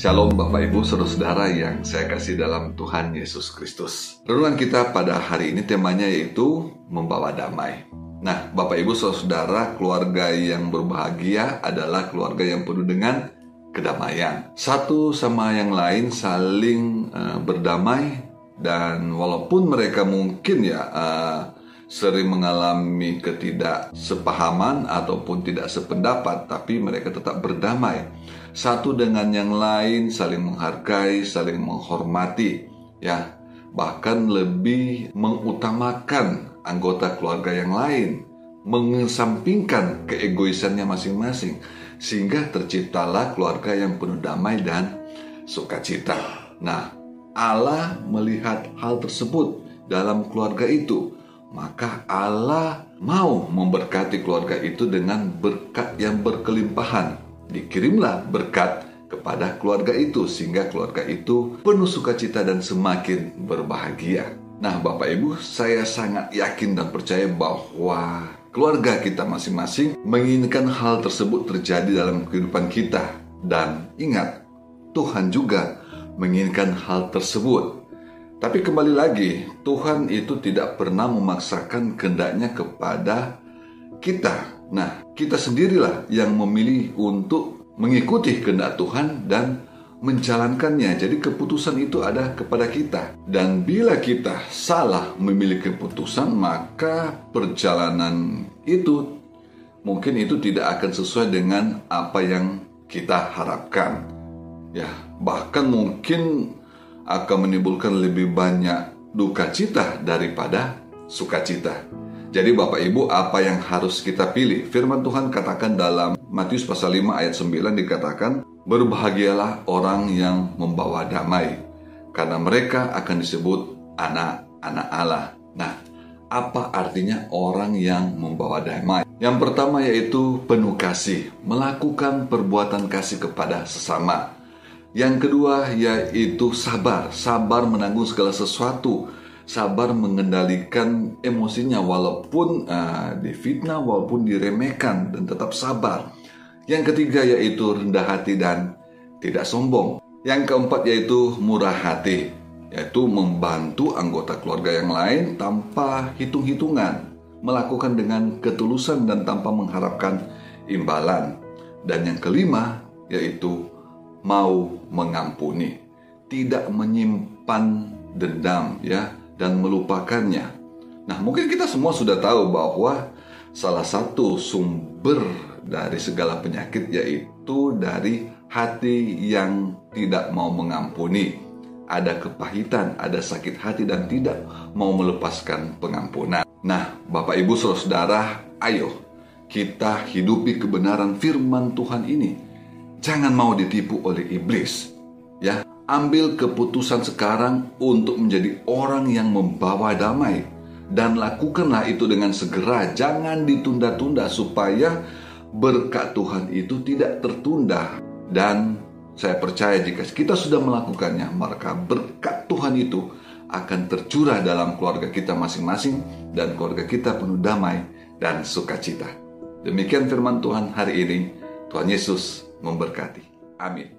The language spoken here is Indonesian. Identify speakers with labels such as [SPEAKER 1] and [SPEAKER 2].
[SPEAKER 1] Shalom Bapak Ibu Saudara-saudara yang saya kasih dalam Tuhan Yesus Kristus. Renungan kita pada hari ini temanya yaitu membawa damai. Nah, Bapak Ibu Saudara-saudara, keluarga yang berbahagia adalah keluarga yang penuh dengan kedamaian. Satu sama yang lain saling berdamai, dan walaupun mereka mungkin sering mengalami ketidaksepahaman ataupun tidak sependapat, tapi mereka tetap berdamai. Satu dengan yang lain saling menghargai, saling menghormati, bahkan lebih mengutamakan anggota keluarga yang lain, mengesampingkan keegoisannya masing-masing, sehingga terciptalah keluarga yang penuh damai dan sukacita. Nah, Allah melihat hal tersebut dalam keluarga itu, maka Allah mau memberkati keluarga itu dengan berkat yang berkelimpahan. Dikirimlah berkat kepada keluarga itu sehingga keluarga itu penuh sukacita dan semakin berbahagia. Nah, Bapak Ibu, saya sangat yakin dan percaya bahwa keluarga kita masing-masing menginginkan hal tersebut terjadi dalam kehidupan kita. Dan ingat, Tuhan juga menginginkan hal tersebut. Tapi kembali lagi, Tuhan itu tidak pernah memaksakan kehendaknya kepada kita. Nah, kita sendirilah yang memilih untuk mengikuti kehendak Tuhan dan menjalankannya. Jadi keputusan itu ada kepada kita. Dan bila kita salah memilih keputusan, maka perjalanan itu mungkin itu tidak akan sesuai dengan apa yang kita harapkan. Bahkan mungkin akan menimbulkan lebih banyak duka cita daripada sukacita. Jadi Bapak Ibu, apa yang harus kita pilih? Firman Tuhan katakan dalam Matius pasal 5 ayat 9 dikatakan, berbahagialah orang yang membawa damai, karena mereka akan disebut anak-anak Allah. Nah, apa artinya orang yang membawa damai? Yang pertama yaitu penuh kasih, melakukan perbuatan kasih kepada sesama. Yang kedua yaitu sabar menanggung segala sesuatu, sabar mengendalikan emosinya walaupun difitnah, walaupun diremehkan, dan tetap sabar. Yang ketiga yaitu rendah hati dan tidak sombong. Yang keempat yaitu murah hati, yaitu membantu anggota keluarga yang lain tanpa hitung-hitungan, melakukan dengan ketulusan dan tanpa mengharapkan imbalan. Dan yang kelima yaitu mau mengampuni, tidak menyimpan dendam dan melupakannya. Nah, mungkin kita semua sudah tahu bahwa salah satu sumber dari segala penyakit yaitu dari hati yang tidak mau mengampuni. Ada kepahitan, ada sakit hati dan tidak mau melepaskan pengampunan. Nah, Bapak Ibu Saudara, ayo kita hidupi kebenaran firman Tuhan ini. Jangan mau ditipu oleh iblis. Ambil keputusan sekarang untuk menjadi orang yang membawa damai, dan lakukanlah itu dengan segera. Jangan ditunda-tunda supaya berkat Tuhan itu tidak tertunda. Dan saya percaya jika kita sudah melakukannya, maka berkat Tuhan itu akan tercurah dalam keluarga kita masing-masing, dan keluarga kita penuh damai dan sukacita. Demikian firman Tuhan hari ini. Tuhan Yesus memberkati. Amin.